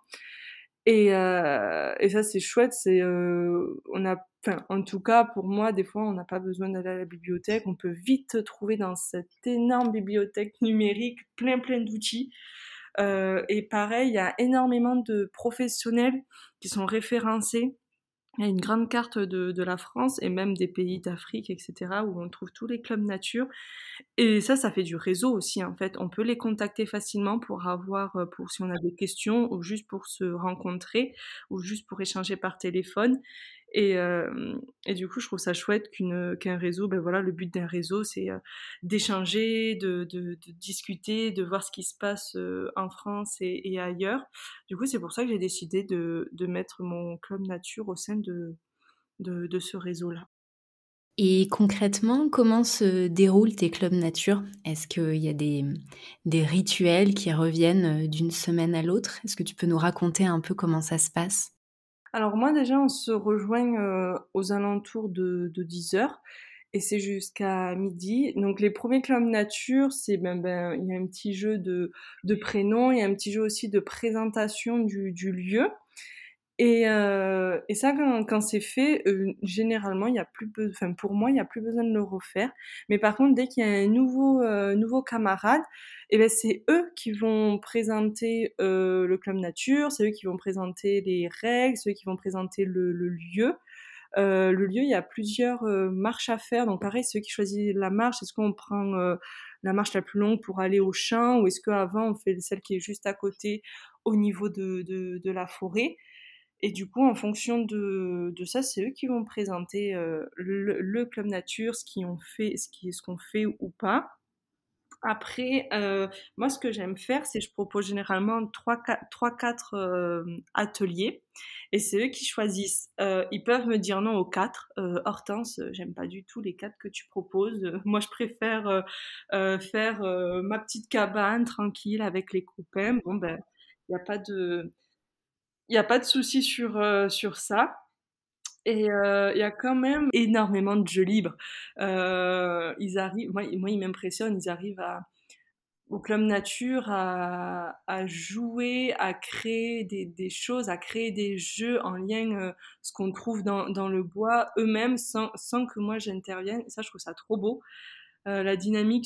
[SPEAKER 2] Et ça c'est chouette, enfin en tout cas pour moi des fois on n'a pas besoin d'aller à la bibliothèque, on peut vite trouver dans cette énorme bibliothèque numérique plein d'outils. Et pareil, il y a énormément de professionnels qui sont référencés. Il y a une grande carte de la France et même des pays d'Afrique, etc., où on trouve tous les clubs nature. Et ça fait du réseau aussi, en fait. On peut les contacter facilement pour si on a des questions, ou juste pour se rencontrer, ou juste pour échanger par téléphone. Et du coup, je trouve ça chouette qu'un réseau, ben voilà, le but d'un réseau, c'est d'échanger, de discuter, de voir ce qui se passe en France et ailleurs. Du coup, c'est pour ça que j'ai décidé de mettre mon club nature au sein de ce réseau-là.
[SPEAKER 1] Et concrètement, comment se déroulent tes clubs nature? Est-ce qu'il y a des rituels qui reviennent, d'une semaine à l'autre? Est-ce que tu peux nous raconter un peu comment ça se passe?
[SPEAKER 2] Alors moi déjà, on se rejoint aux alentours de 10 heures et c'est jusqu'à midi. Donc les premiers clubs nature, c'est il y a un petit jeu de prénoms, il y a un petit jeu aussi de présentation du lieu. Et ça, quand c'est fait, généralement, il y a plus enfin, pour moi, il y a plus besoin de le refaire. Mais par contre, dès qu'il y a un nouveau camarade, et ben, c'est eux qui vont présenter le club nature, c'est eux qui vont présenter les règles, c'est eux qui vont présenter le lieu. Le lieu, il y a plusieurs marches à faire. Donc pareil, ceux qui choisissent la marche, est-ce qu'on prend la marche la plus longue pour aller au champ ou est-ce qu'avant on fait celle qui est juste à côté au niveau de la forêt? Et du coup, en fonction de ça, c'est eux qui vont présenter le club nature, ce qu'on fait ou pas. Après, moi, ce que j'aime faire, c'est je propose généralement trois, quatre ateliers, et c'est eux qui choisissent. Ils peuvent me dire non aux quatre. Hortense, j'aime pas du tout les quatre que tu proposes. Moi, je préfère faire ma petite cabane tranquille avec les copains. Bon, ben, il y a pas de il y a pas de souci sur ça. Et il y a quand même énormément de jeux libres. Ils arrivent, moi, ils m'impressionnent. Ils arrivent au club nature à jouer, à créer des choses, à créer des jeux en lien, ce qu'on trouve dans le bois eux-mêmes sans que moi j'intervienne. Et ça, je trouve ça trop beau. La dynamique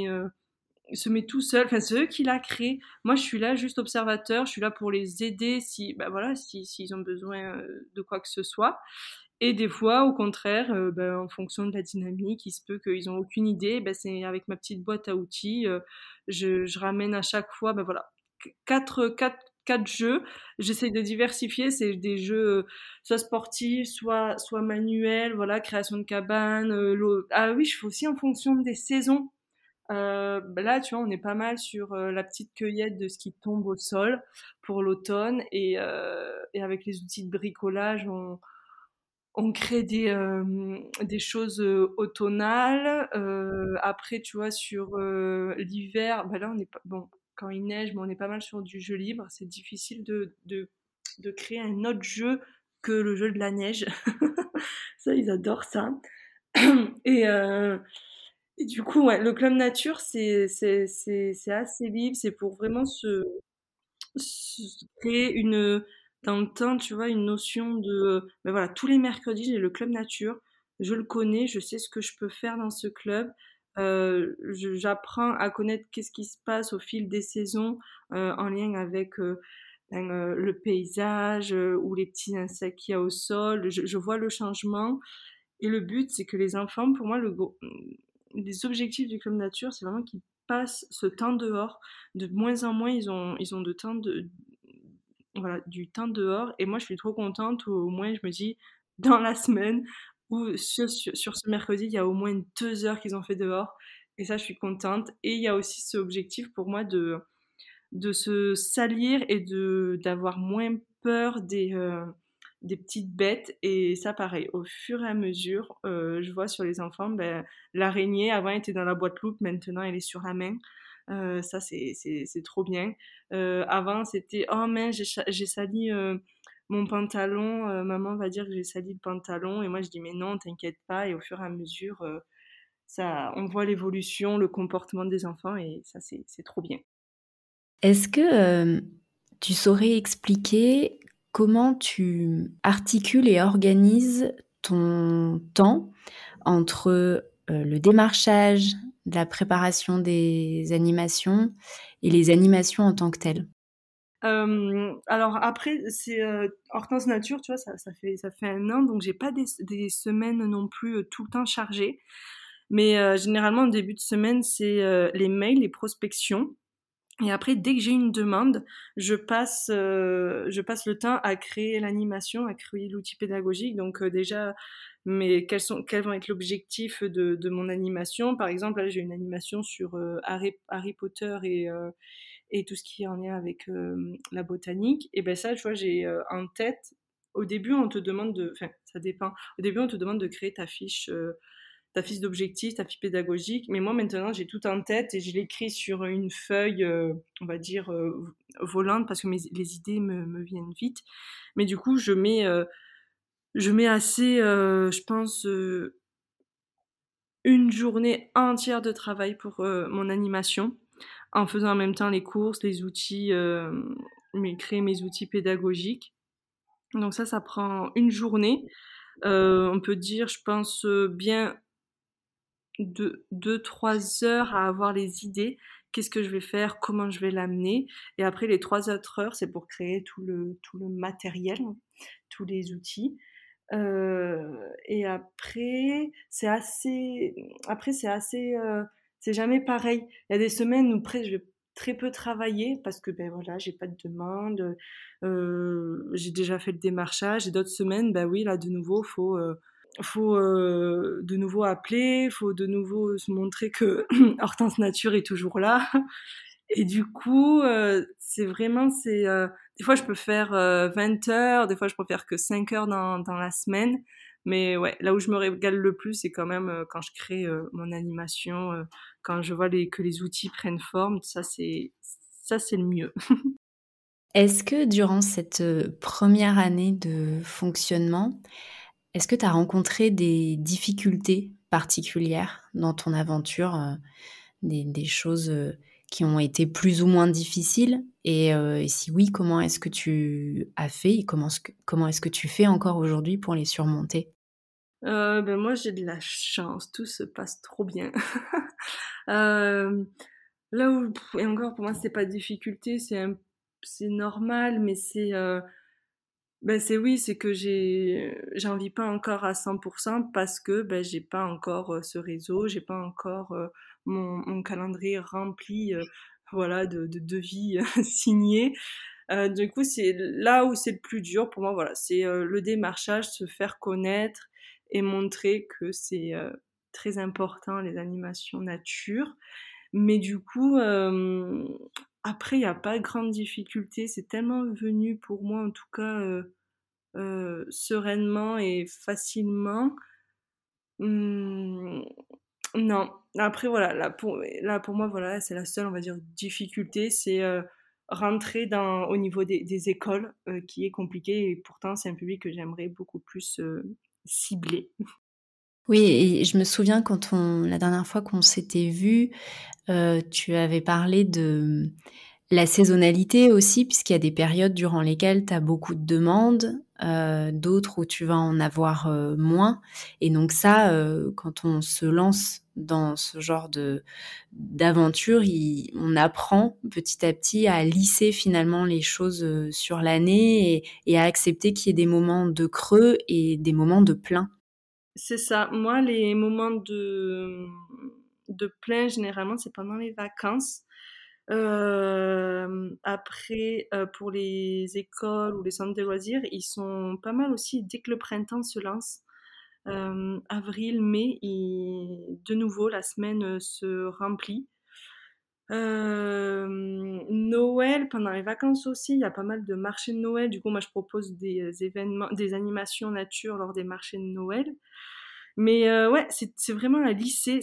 [SPEAKER 2] se met tout seul. Enfin, c'est eux qui l'a créé. Moi, je suis là juste observateur. Je suis là pour les aider si, bah voilà, s'ils ont besoin de quoi que ce soit. Et des fois, au contraire, en fonction de la dynamique, il se peut qu'ils ont aucune idée. Ben, c'est avec ma petite boîte à outils, je ramène à chaque fois, ben voilà, quatre jeux. J'essaie de diversifier. C'est des jeux soit sportifs, soit manuels. Voilà, création de cabane. Ah oui, je fais aussi en fonction des saisons. Là, tu vois, on est pas mal sur la petite cueillette de ce qui tombe au sol pour l'automne et avec les outils de bricolage, on crée des choses automnales. Après, tu vois, sur l'hiver, bah là, on est pas bon quand il neige, mais on est pas mal sur du jeu libre. C'est difficile de créer un autre jeu que le jeu de la neige. Ça, ils adorent ça. Et, euh, et du coup, ouais, le club nature, c'est assez libre. C'est pour vraiment se créer dans le temps, tu vois, une notion de, ben voilà, tous les mercredis, j'ai le club nature. Je le connais, je sais ce que je peux faire dans ce club. J'apprends à connaître qu'est-ce qui se passe au fil des saisons en lien avec le paysage ou les petits insectes qu'il y a au sol. Je vois le changement. Et le but, c'est que les enfants, pour moi, les objectifs du club nature, c'est vraiment qu'ils passent ce temps dehors. De moins en moins, ils ont voilà, du temps dehors. Et moi, je suis trop contente, où au moins, je me dis, dans la semaine, ou sur ce mercredi, il y a au moins 2 heures qu'ils ont fait dehors. Et ça, je suis contente. Et il y a aussi ce objectif pour moi de se salir et d'avoir moins peur des petites bêtes. Et ça, pareil, au fur et à mesure, je vois sur les enfants, ben, l'araignée, avant, elle était dans la boîte loupe, maintenant, elle est sur la main. Ça, c'est trop bien. Avant, c'était, oh mince, j'ai sali mon pantalon. Maman va dire que j'ai sali le pantalon. Et moi, je dis, mais non, t'inquiète pas. Et au fur et à mesure, ça, on voit l'évolution, le comportement des enfants. Et ça, c'est trop bien.
[SPEAKER 1] Est-ce que, tu saurais expliquer comment tu articules et organises ton temps entre, le démarchage, la préparation des animations et les animations en tant que telles?
[SPEAKER 2] Alors après, c'est Hortense Nature, tu vois, ça fait 1 an, donc j'ai pas des semaines non plus tout le temps chargées. Mais généralement, en début de semaine, c'est les mails, les prospections. Et après, dès que j'ai une demande, je passe le temps à créer l'animation, à créer l'outil pédagogique. Donc déjà, mais quels vont être l'objectif de mon animation? Par exemple, là, j'ai une animation sur Harry Potter et tout ce qui est en lien avec la botanique. Et ben ça, tu vois, j'ai en tête. Au début, on te demande enfin, ça dépend. Au début, on te demande de créer ta fiche d'objectif, ta fiche pédagogique. Mais moi, maintenant, j'ai tout en tête et je l'écris sur une feuille, on va dire, volante parce que les idées me viennent vite. Mais du coup, je mets assez, je pense, une journée entière de travail pour mon animation, en faisant en même temps les courses, les outils, créer mes outils pédagogiques. Donc ça prend une journée. On peut dire, je pense, bien de 2-3 heures à avoir les idées. Qu'est-ce que je vais faire, comment je vais l'amener. Et après, les 3 autres heures, c'est pour créer tout le matériel, tous les outils. Et après, c'est jamais pareil. Il y a des semaines où je vais très peu travailler parce que, ben voilà, j'ai pas de demande, j'ai déjà fait le démarchage. Et d'autres semaines, ben oui, là, de nouveau, faut de nouveau appeler, faut de nouveau se montrer que Hortense Nature est toujours là. Et du coup, des fois je peux faire 20 heures, des fois je peux faire que 5 heures dans la semaine. Mais ouais, là où je me régale le plus, c'est quand même quand je crée mon animation, quand je vois que les outils prennent forme, ça c'est le mieux.
[SPEAKER 1] Est-ce que durant cette, première année de fonctionnement, est-ce que tu as rencontré des difficultés particulières dans ton aventure, des choses, qui ont été plus ou moins difficiles? Et si oui, comment est-ce que tu as fait et comment est-ce que tu fais encore aujourd'hui pour les surmonter?
[SPEAKER 2] Ben moi j'ai de la chance, tout se passe trop bien. Hem, là où et encore pour moi c'est pas difficulté, c'est normal, mais c'est oui, c'est que j'en vis pas encore à 100 parce que, j'ai pas encore, ce réseau, j'ai pas encore, mon calendrier rempli, voilà, de devis signés. Du coup, c'est là où c'est le plus dur pour moi, voilà, c'est, le démarchage, se faire connaître et montrer que c'est, très important les animations nature. Mais du coup, après il y a pas de grande difficulté, c'est tellement venu pour moi en tout cas, sereinement et facilement. Mmh, non. Après voilà, là pour moi voilà, c'est la seule on va dire difficulté, c'est, rentrer au niveau des écoles, qui est compliqué et pourtant c'est un public que j'aimerais beaucoup plus, cibler.
[SPEAKER 1] Oui, et je me souviens la dernière fois qu'on s'était vus, tu avais parlé de la saisonnalité aussi, puisqu'il y a des périodes durant lesquelles tu as beaucoup de demandes, d'autres où tu vas en avoir, moins. Et donc ça, quand on se lance dans ce genre d'aventure, on apprend petit à petit à lisser finalement les choses, sur l'année et à accepter qu'il y ait des moments de creux et des moments de plein.
[SPEAKER 2] C'est ça. Moi, les moments de plein, généralement, c'est pendant les vacances. Après, pour les écoles ou les centres de loisirs, ils sont pas mal aussi dès que le printemps se lance. Avril, mai, de nouveau, la semaine se remplit. Noël, pendant les vacances aussi, il y a pas mal de marchés de Noël. Du coup, moi, je propose des événements, des animations nature lors des marchés de Noël. Mais ouais, c'est vraiment un lycée,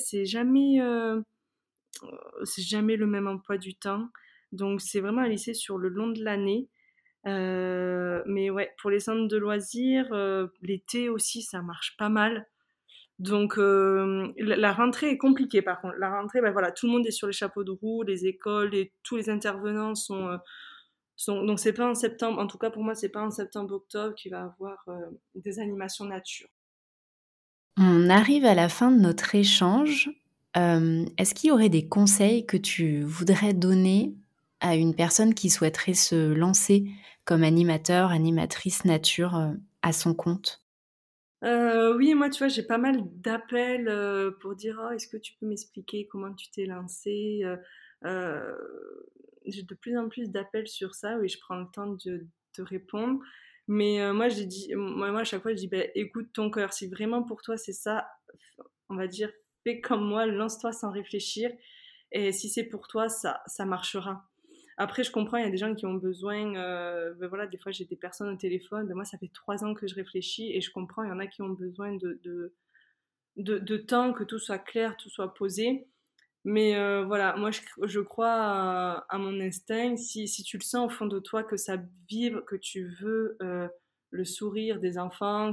[SPEAKER 2] c'est jamais le même emploi du temps. Donc c'est vraiment un lycée sur le long de l'année. Mais ouais, pour les centres de loisirs, l'été aussi, ça marche pas mal. Donc la rentrée est compliquée par contre. La rentrée, ben voilà, tout le monde est sur les chapeaux de roue, les écoles et tous les intervenants sont donc c'est pas en septembre, en tout cas pour moi, c'est pas en septembre-octobre qu'il va avoir des animations nature.
[SPEAKER 1] On arrive à la fin de notre échange. Est-ce qu'il y aurait des conseils que tu voudrais donner à une personne qui souhaiterait se lancer comme animateur, animatrice nature, à son compte?
[SPEAKER 2] Oui, moi, tu vois, j'ai pas mal d'appels, pour dire: «Oh, est-ce que tu peux m'expliquer comment tu t'es lancé?» j'ai de plus en plus d'appels sur ça, oui, je prends le temps de répondre. Mais moi, j'ai dit, moi, à chaque fois, je dis, ben, écoute ton cœur. Si vraiment pour toi, c'est ça, on va dire, fais comme moi, lance-toi sans réfléchir. Et si c'est pour toi, ça marchera. Après, je comprends, il y a des gens qui ont besoin, ben voilà, des fois, j'ai des personnes au téléphone, ben moi, ça fait 3 ans que je réfléchis et je comprends, il y en a qui ont besoin de temps, que tout soit clair, tout soit posé. Mais voilà, moi je crois à mon instinct. Si tu le sens au fond de toi que ça vibre, que tu veux le sourire des enfants,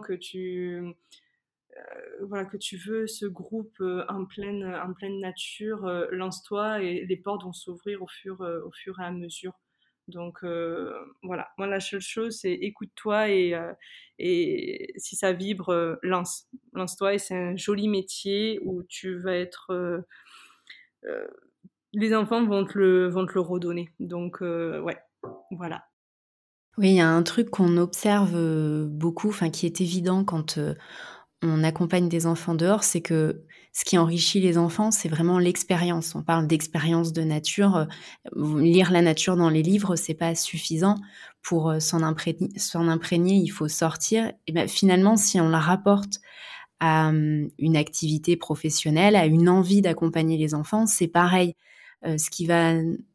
[SPEAKER 2] voilà, que tu veux ce groupe en pleine nature, lance-toi et les portes vont s'ouvrir au fur et à mesure. Donc voilà, moi la seule chose c'est écoute-toi et si ça vibre, lance-toi et c'est un joli métier où tu vas être euh, les enfants vont te le redonner. Donc, ouais, voilà.
[SPEAKER 1] Oui, il y a un truc qu'on observe beaucoup, enfin qui est évident quand on accompagne des enfants dehors, c'est que ce qui enrichit les enfants, c'est vraiment l'expérience. On parle d'expérience de nature. Lire la nature dans les livres, c'est pas suffisant pour s'en imprégner. Il faut sortir. Et ben finalement, si on la rapporte à une activité professionnelle, à une envie d'accompagner les enfants, c'est pareil. Ce qui va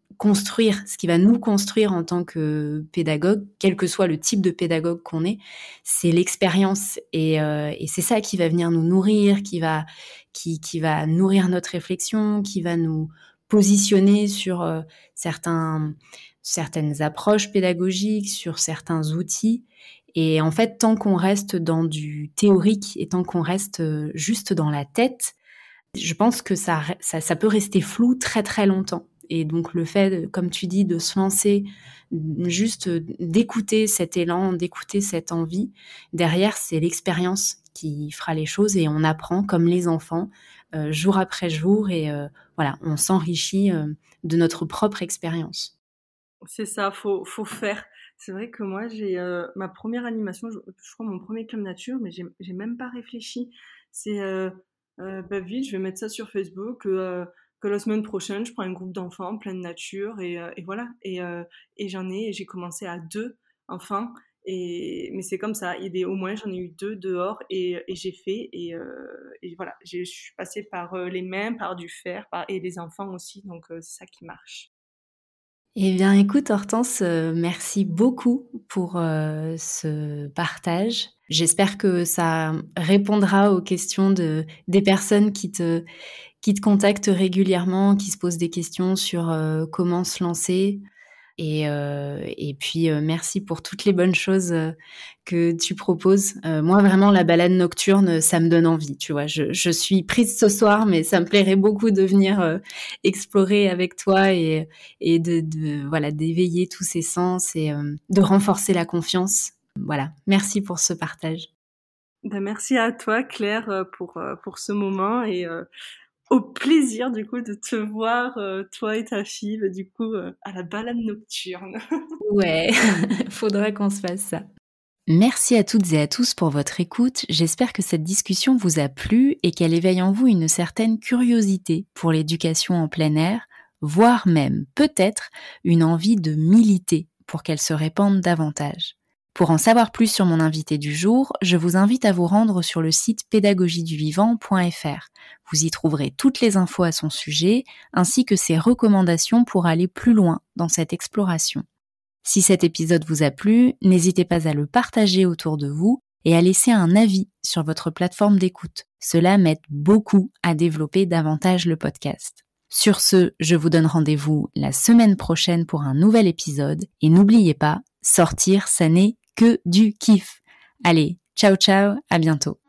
[SPEAKER 1] nous construire en tant que pédagogue, quel que soit le type de pédagogue qu'on est, c'est l'expérience et c'est ça qui va venir nous nourrir, qui va nourrir notre réflexion, qui va nous positionner sur certaines approches pédagogiques, sur certains outils. Et en fait, tant qu'on reste dans du théorique et tant qu'on reste juste dans la tête, je pense que ça peut rester flou très très longtemps. Et donc le fait, comme tu dis, de se lancer, juste d'écouter cet élan, d'écouter cette envie, derrière c'est l'expérience qui fera les choses et on apprend comme les enfants, jour après jour et voilà, on s'enrichit de notre propre expérience.
[SPEAKER 2] C'est ça, faut faire. C'est vrai que moi, j'ai ma première animation, je crois mon premier club nature, mais j'ai même pas réfléchi. C'est bah vite, je vais mettre ça sur Facebook. Que la semaine prochaine, je prends un groupe d'enfants en pleine nature et voilà. Et j'ai commencé à 2 enfants. Mais c'est comme ça. Au moins, j'en ai eu 2 dehors et j'ai fait. Et voilà, je suis passée par les mains, par du faire, et les enfants aussi. Donc, c'est ça qui marche.
[SPEAKER 1] Eh bien, écoute, Hortense, merci beaucoup pour ce partage. J'espère que ça répondra aux questions des personnes qui te contactent régulièrement, qui se posent des questions sur comment se lancer. Et puis, merci pour toutes les bonnes choses que tu proposes. Moi, vraiment, la balade nocturne, ça me donne envie, tu vois. Je suis prise ce soir, mais ça me plairait beaucoup de venir explorer avec toi et voilà, d'éveiller tous ces sens et de renforcer la confiance. Voilà, merci pour ce partage.
[SPEAKER 2] Ben, merci à toi, Claire, pour ce moment et au plaisir du coup de te voir, toi et ta fille, du coup, à la balade nocturne.
[SPEAKER 1] Ouais, faudrait qu'on se fasse ça. Merci à toutes et à tous pour votre écoute. J'espère que cette discussion vous a plu et qu'elle éveille en vous une certaine curiosité pour l'éducation en plein air, voire même, peut-être, une envie de militer pour qu'elle se répande davantage. Pour en savoir plus sur mon invité du jour, je vous invite à vous rendre sur le site pédagogieduvivant.fr. Vous y trouverez toutes les infos à son sujet, ainsi que ses recommandations pour aller plus loin dans cette exploration. Si cet épisode vous a plu, n'hésitez pas à le partager autour de vous et à laisser un avis sur votre plateforme d'écoute. Cela m'aide beaucoup à développer davantage le podcast. Sur ce, je vous donne rendez-vous la semaine prochaine pour un nouvel épisode et n'oubliez pas, sortir, ça n'est que du kiff. Allez, ciao ciao, à bientôt.